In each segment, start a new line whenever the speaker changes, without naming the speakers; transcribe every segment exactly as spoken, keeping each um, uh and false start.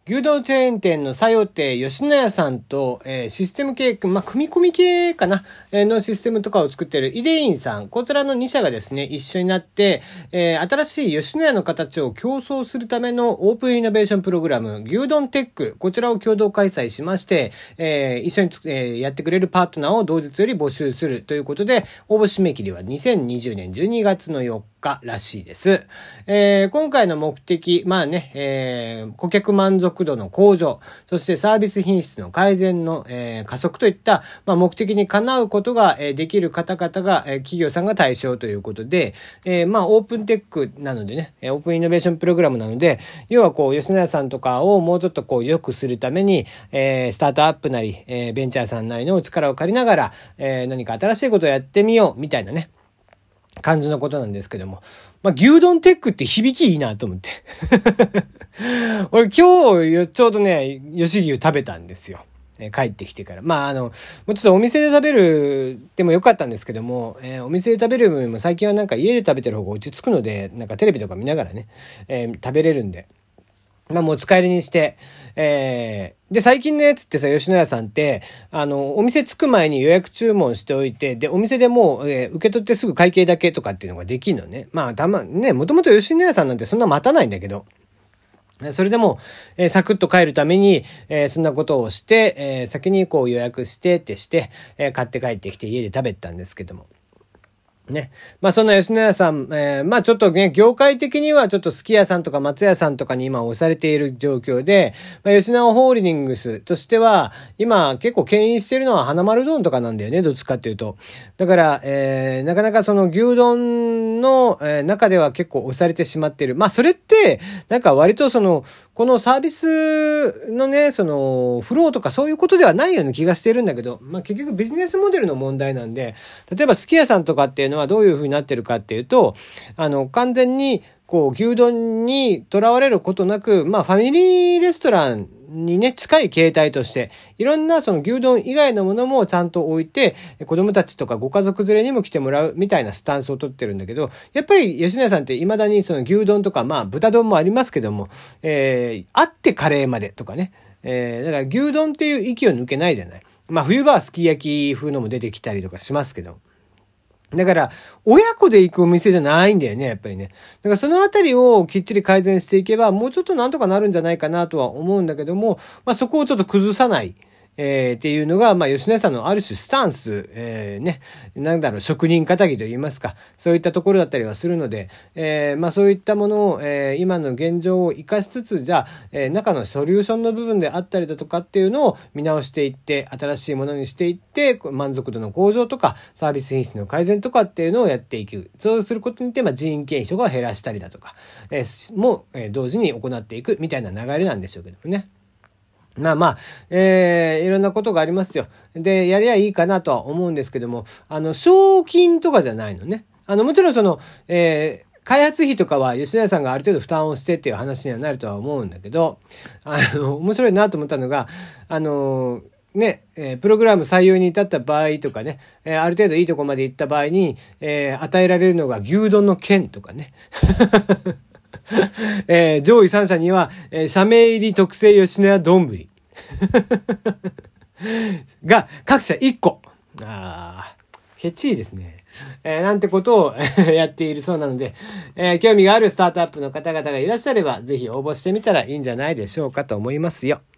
牛丼チェーン店のさよて吉野家さんと、えー、システム系、まあ、組み込み系かな、えー、のシステムとかを作っているイデインさん、こちらのに社がですね、一緒になって、えー、新しい吉野家の形を競争するためのオープンイノベーションプログラム、牛丼テック、こちらを共同開催しまして、えー、一緒に、えー、やってくれるパートナーを同日より募集するということで、応募締め切りはにせんにじゅうねんじゅうにがつのよっからしいです。えー、今回の目的、まあね、えー、顧客満足度の向上、そしてサービス品質の改善の、えー、加速といった、まあ、目的にかなうことが、えー、できる方々が、えー、企業さんが対象ということで、えー、まあオープンテックなのでね、オープンイノベーションプログラムなので、要はこう吉野家さんとかをもうちょっとこう良くするために、えー、スタートアップなり、えー、ベンチャーさんなりの力を借りながら、えー、何か新しいことをやってみようみたいなね、感じのことなんですけども。まあ、牛丼テックって響きいいなと思って。俺今日ちょうどね、吉牛食べたんですよ。えー、帰ってきてから。まあ、あの、もうちょっとお店で食べるでもよかったんですけども、えー、お店で食べるよりも最近はなんか家で食べてる方が落ち着くので、なんかテレビとか見ながらね、えー、食べれるんで。まあ持ち帰りにして、えー、で、最近のやつってさ、吉野家さんって、あの、お店着く前に予約注文しておいて、で、お店でもう、えー、受け取ってすぐ会計だけとかっていうのができるのね。まあ、たま、ね、もともと吉野家さんなんてそんな待たないんだけど、それでも、えー、サクッと帰るために、えー、そんなことをして、えー、先にこう予約してってして、えー、買って帰ってきて家で食べたんですけども。ね。まあそんな吉野家さん、えー、まあちょっとね、業界的にはちょっとすき家さんとか松屋さんとかに今押されている状況で、まあ、吉野家ホールディングスとしては、今結構牽引しているのは花丸丼とかなんだよね、どっちかっていうと。だから、えー、なかなかその牛丼の、えー、中では結構押されてしまっている。まあそれって、なんか割とその、このサービスのね、その、フローとかそういうことではないような気がしているんだけど、まあ結局ビジネスモデルの問題なんで、例えばすき家さんとかっていうのはどういう風になってるかっていうと、あの、完全に、こう、牛丼にとらわれることなく、まあファミリーレストランにね、近い形態として、いろんなその牛丼以外のものもちゃんと置いて、子供たちとかご家族連れにも来てもらうみたいなスタンスを取ってるんだけど、やっぱり吉野家さんって未だにその牛丼とか、まあ豚丼もありますけども、えー、あってカレーまでとかね、えー、だから牛丼っていう息を抜けないじゃない。まあ冬場はすき焼き風のも出てきたりとかしますけど。だから、親子で行くお店じゃないんだよね、やっぱりね。だからそのあたりをきっちり改善していけば、もうちょっとなんとかなるんじゃないかなとは思うんだけども、まあそこをちょっと崩さない。えー、っていうのが、まあ、吉野家さんのある種スタンス、えー、ね、なんだろう、職人仇と言いますか、そういったところだったりはするので、えー、まあ、そういったものを、えー、今の現状を活かしつつ、じゃあ、えー、中のソリューションの部分であったりだとかっていうのを見直していって、新しいものにしていって、満足度の向上とか、サービス品質の改善とかっていうのをやっていく。そうすることによって、まあ、人件費とかを減らしたりだとか、えー、も、えー、同時に行っていくみたいな流れなんでしょうけどもね。まあまあ、えー、いろんなことがありますよ。で、やりゃいいかなとは思うんですけども、あの、賞金とかじゃないのね。あの、もちろんその、えー、開発費とかは吉野家さんがある程度負担をしてっていう話にはなるとは思うんだけど、あの、面白いなと思ったのが、あの、ね、えー、プログラム採用に至った場合とかね、えー、ある程度いいとこまで行った場合に、えー、与えられるのが牛丼の券とかね。えー、上位さん社には、えー、社名入り特製吉野家丼が各社いっこ。ああ、ケチいですね。えー、なんてことをやっているそうなので、えー、興味があるスタートアップの方々がいらっしゃれば、ぜひ応募してみたらいいんじゃないでしょうかと思いますよ。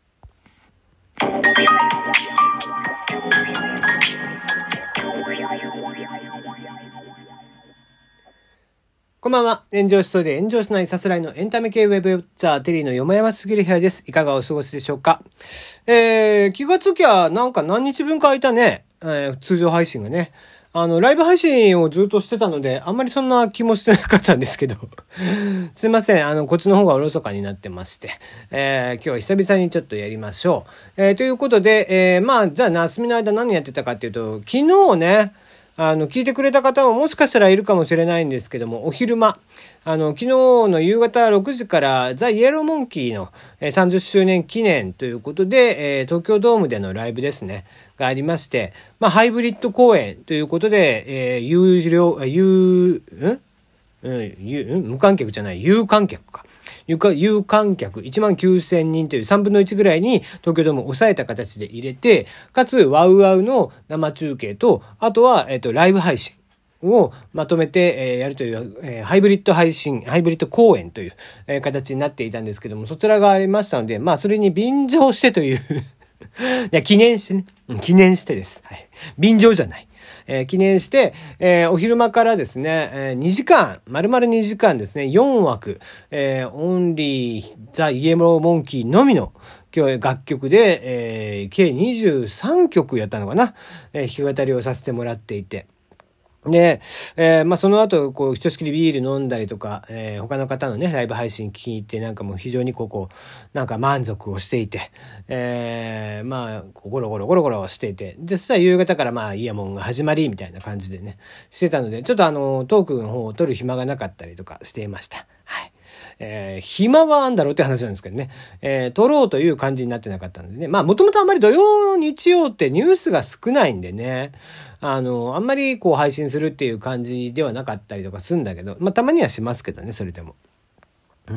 こんばんは。炎上しそうで炎上しないさすらいのエンタメ系ウェブウォッチャーテリーのよもやますぎる部屋です。いかがお過ごしでしょうか。えー、気がつきゃなんか何日分か空いたね。えー、通常配信がね。あの、ライブ配信をずっとしてたので、あんまりそんな気もしてなかったんですけど。すいません。あの、こっちの方がおろそかになってまして。えー、今日は久々にちょっとやりましょう。えー、ということで、えー、まあ、じゃあ、休みの間何やってたかっていうと、昨日ね、あの、聞いてくれた方ももしかしたらいるかもしれないんですけども、お昼間、あの、昨日の夕方ろくじからザ・イエローモンキーのさんじゅっしゅうねん記念ということで、えー、東京ドームでのライブですね、がありまして、まあ、ハイブリッド公演ということで、えー、有料、有、んうん、有、無観客じゃない、有観客か。 有観客いちまんきゅうせんにんというさんぶんのいちぐらいに東京ドームを抑えた形で入れて、かつワウワウの生中継と、あとは、えっと、ライブ配信をまとめて、えー、やるという、えー、ハイブリッド配信、ハイブリッド公演という、えー、形になっていたんですけども、そちらがありましたので、まあそれに便乗してといういや、記念してね。記念してです。はい。便乗じゃない。えー、記念して、えー、お昼間からですね、えー、にじかん、丸々にじかんですね、よんわく、えー、オンリー、ザ・イエローモンキーのみの、今日楽曲で、えー、計にじゅうさんきょくやったのかな、えー、弾き語りをさせてもらっていて、で、えー、まあ、その後、こう、ひとしきりビール飲んだりとか、えー、他の方のね、ライブ配信聞いて、なんかもう非常にこう、こう、なんか満足をしていて、えー、まあ、ゴロゴロゴロゴロしていて、で、そしたら夕方からまあ、イヤモンが始まり、みたいな感じでね、してたので、ちょっとあの、トークの方を撮る暇がなかったりとかしていました。はい。えー、暇はあんだろうって話なんですけどね。えー、撮ろうという感じになってなかったのでね。まあ、もともとあんまり土曜、日曜ってニュースが少ないんでね。あの、あんまりこう配信するっていう感じではなかったりとかするんだけど、まあ、たまにはしますけどね、それでも。うん。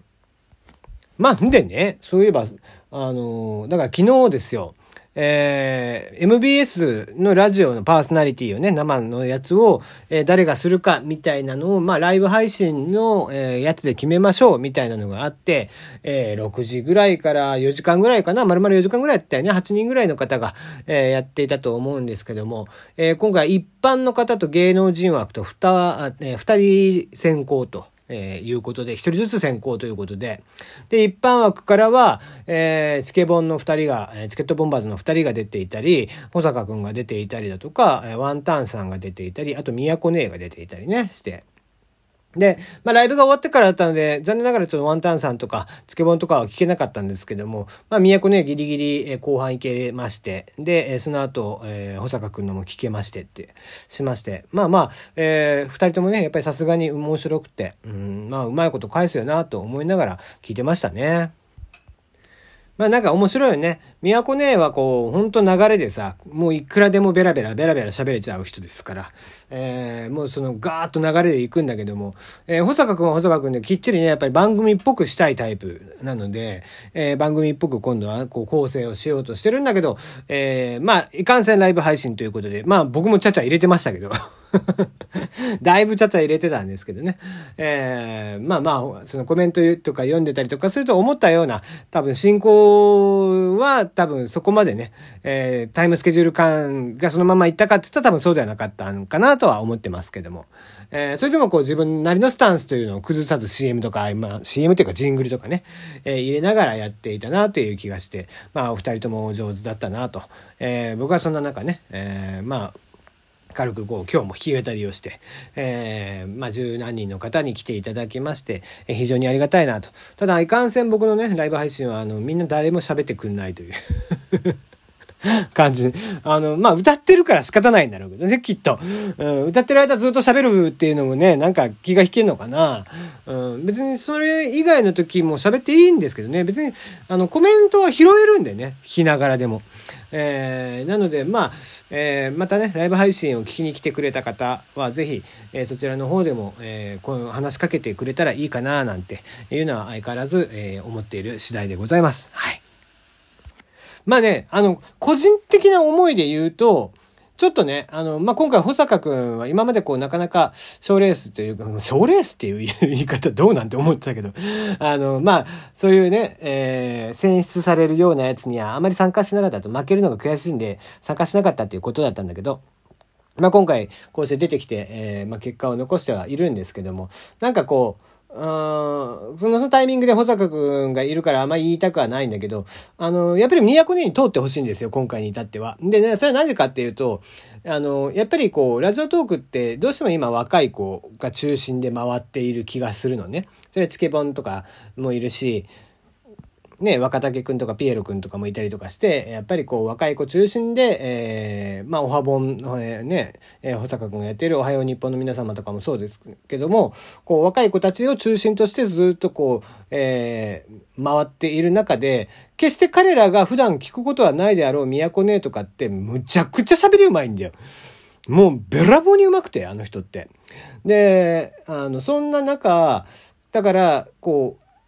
まあ、んでね、そういえば、あの、だから昨日ですよ。えー、エムビーエス のラジオのパーソナリティをね、生のやつを、えー、誰がするかみたいなのを、まあ、ライブ配信の、えー、やつで決めましょうみたいなのがあって、えー、ろくじぐらいからよじかんぐらいかな、丸々よじかんぐらいやったよね、はちにんぐらいの方が、えー、やっていたと思うんですけども、えー、今回一般の方と芸能人枠と二、えー、二人先行と、えー、いうことで、一人ずつ先行ということで、で、一般枠からは、えー、チケボンの二人が、チケットボンバーズの二人が出ていたり、保坂くんが出ていたりだとか、ワンタンさんが出ていたり、あと宮古姉が出ていたりね、して、で、まあライブが終わってからだったので、残念ながらちょっとワンタンさんとか、チケボンとかは聞けなかったんですけども、まあ宮古ね、ギリギリ後半行けまして、で、その後、えー、保坂くんのも聞けましてって、しまして、まあまあ、えー、二人ともね、やっぱりさすがに面白くて、うん、まあうまいこと返すよなと思いながら聞いてましたね。まあなんか面白いよね。宮古姉はこう、ほんと流れでさ、もういくらでもベラベラベラベラ喋れちゃう人ですから、えー、もうそのガーッと流れで行くんだけども、えー、保坂くんは保坂くんできっちりね、やっぱり番組っぽくしたいタイプなので、えー、番組っぽく今度はこう構成をしようとしてるんだけど、えー、まあ、いかんせんライブ配信ということで、まあ僕もちゃちゃ入れてましたけど、だいぶちゃちゃ入れてたんですけどね。えー、まあまあ、そのコメントとか読んでたりとかすると思ったような、多分進行は多分そこまでね、えー、タイムスケジュール感がそのままいったかって言ったら多分そうではなかったのかなとは思ってますけども。えー、それでもこう自分なりのスタンスというのを崩さず シーエム とか、まあ シーエム っていうかジングルとかね、えー、入れながらやっていたなという気がして、まあお二人ともお上手だったなと。えー、僕はそんな中ね、えー、まあ、軽くこう今日も弾き語りをして、えー、まあ十何人の方に来ていただきまして、えー、非常にありがたいなと。ただいかんせん僕のねライブ配信はあのみんな誰も喋ってくんないという感じで、あのまあ歌ってるから仕方ないんだろうけどね、きっと、うん、歌ってる間ずっと喋るっていうのもねなんか気が引けんのかな、うん、別にそれ以外の時も喋っていいんですけどね、別にあのコメントは拾えるんでね、弾きながらでも。えー、なので、まあ、えー、またね、ライブ配信を聞きに来てくれた方は、ぜひ、えー、そちらの方でも、えー、こう話しかけてくれたらいいかな、なんていうのは相変わらず、えー、思っている次第でございます。はい。まあね、あの、個人的な思いで言うと、ちょっとね、あの、まあ、今回、保坂くんは今までこう、なかなか、賞レースというか、賞レースっていう言い方どうなんて思ってたけど、あの、まあ、そういうね、えー、選出されるようなやつにはあまり参加しなかったと、負けるのが悔しいんで、参加しなかったっていうことだったんだけど、まあ、今回、こうして出てきて、えー、まあ、結果を残してはいるんですけども、なんかこう、うーんそのタイミングで保坂くんがいるからあんまり言いたくはないんだけど、あの、やっぱり宮古根に通ってほしいんですよ、今回に至っては。でね、それはなぜかっていうと、あの、やっぱりこう、ラジオトークってどうしても今若い子が中心で回っている気がするのね。それはチケボンとかもいるし、ね、若竹くんとかピエロくんとかもいたりとかして、やっぱりこう若い子中心で、えー、まあおはぼんのね、えー、保坂くんがやっているおはよう日本の皆様とかもそうですけども、こう若い子たちを中心としてずっとこう、えー、回っている中で、決して彼らが普段聞くことはないであろう宮古姉とかってむちゃくちゃ喋りうまいんだよ。もうべらぼうにうまくて、あの人って。で、あの、そんな中、だから、こう、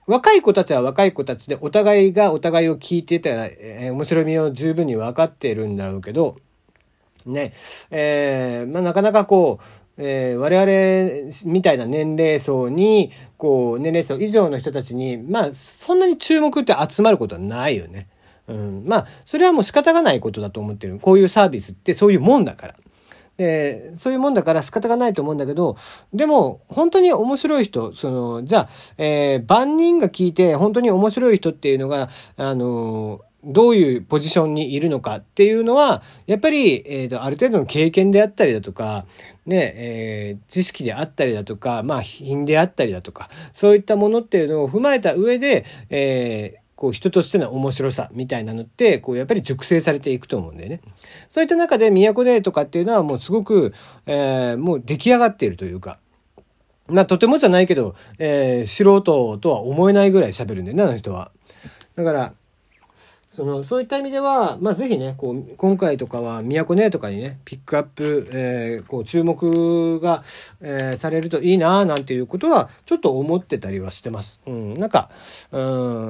若い子たちは若い子たちでお互いがお互いを聞いてたら、えー、面白みを十分に分かっているんだろうけど、ね、えー、まあなかなかこう、えー、我々みたいな年齢層に、こう、年齢層以上の人たちに、まあ、そんなに注目って集まることはないよね。うん。まあ、それはもう仕方がないことだと思ってる。こういうサービスってそういうもんだから。で、そういうもんだから仕方がないと思うんだけど、でも、本当に面白い人、その、じゃあ、えー、万人が聞いて本当に面白い人っていうのが、あのー、どういうポジションにいるのかっていうのは、やっぱり、えっと、ある程度の経験であったりだとか、ね、えー、知識であったりだとか、まあ、品であったりだとか、そういったものっていうのを踏まえた上で、えー、こう人としての面白さみたいなのって、こうやっぱり熟成されていくと思うんだよね。そういった中で、都でとかっていうのはもうすごく、えー、もう出来上がっているというか、まあ、とてもじゃないけど、えー、素人とは思えないぐらい喋るんだよね、あの人は。だから、そのそういった意味では、まあ、ぜひね、こう今回とかは都ねとかにねピックアップ、えー、こう注目が、えー、されるといいななんていうことはちょっと思ってたりはしてます。うん、なんか、うん、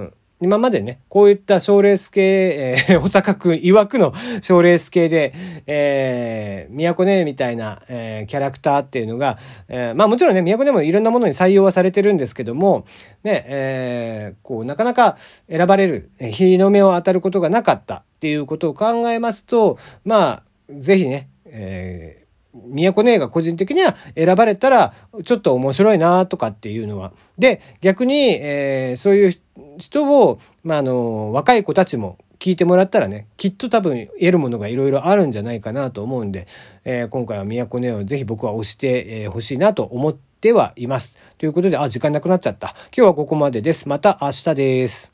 今までね、こういった賞レース系、えー、保坂くん曰くの賞レース系で、えー、都ねみたいな、えー、キャラクターっていうのが、えー、まあもちろんね、都ねもいろんなものに採用はされてるんですけども、ね、えー、こう、なかなか選ばれる、日の目を当たることがなかったっていうことを考えますと、まあ、ぜひね、えー都ねが個人的には選ばれたらちょっと面白いなとかっていうのは。で、逆に、えー、そういう人を、まあ、あの、若い子たちも聞いてもらったらね、きっと多分得るものがいろいろあるんじゃないかなと思うんで、えー、今回は都ねをぜひ僕は推してほしいなと思ってはいます。ということで、あ、時間なくなっちゃった。今日はここまでです。また明日です。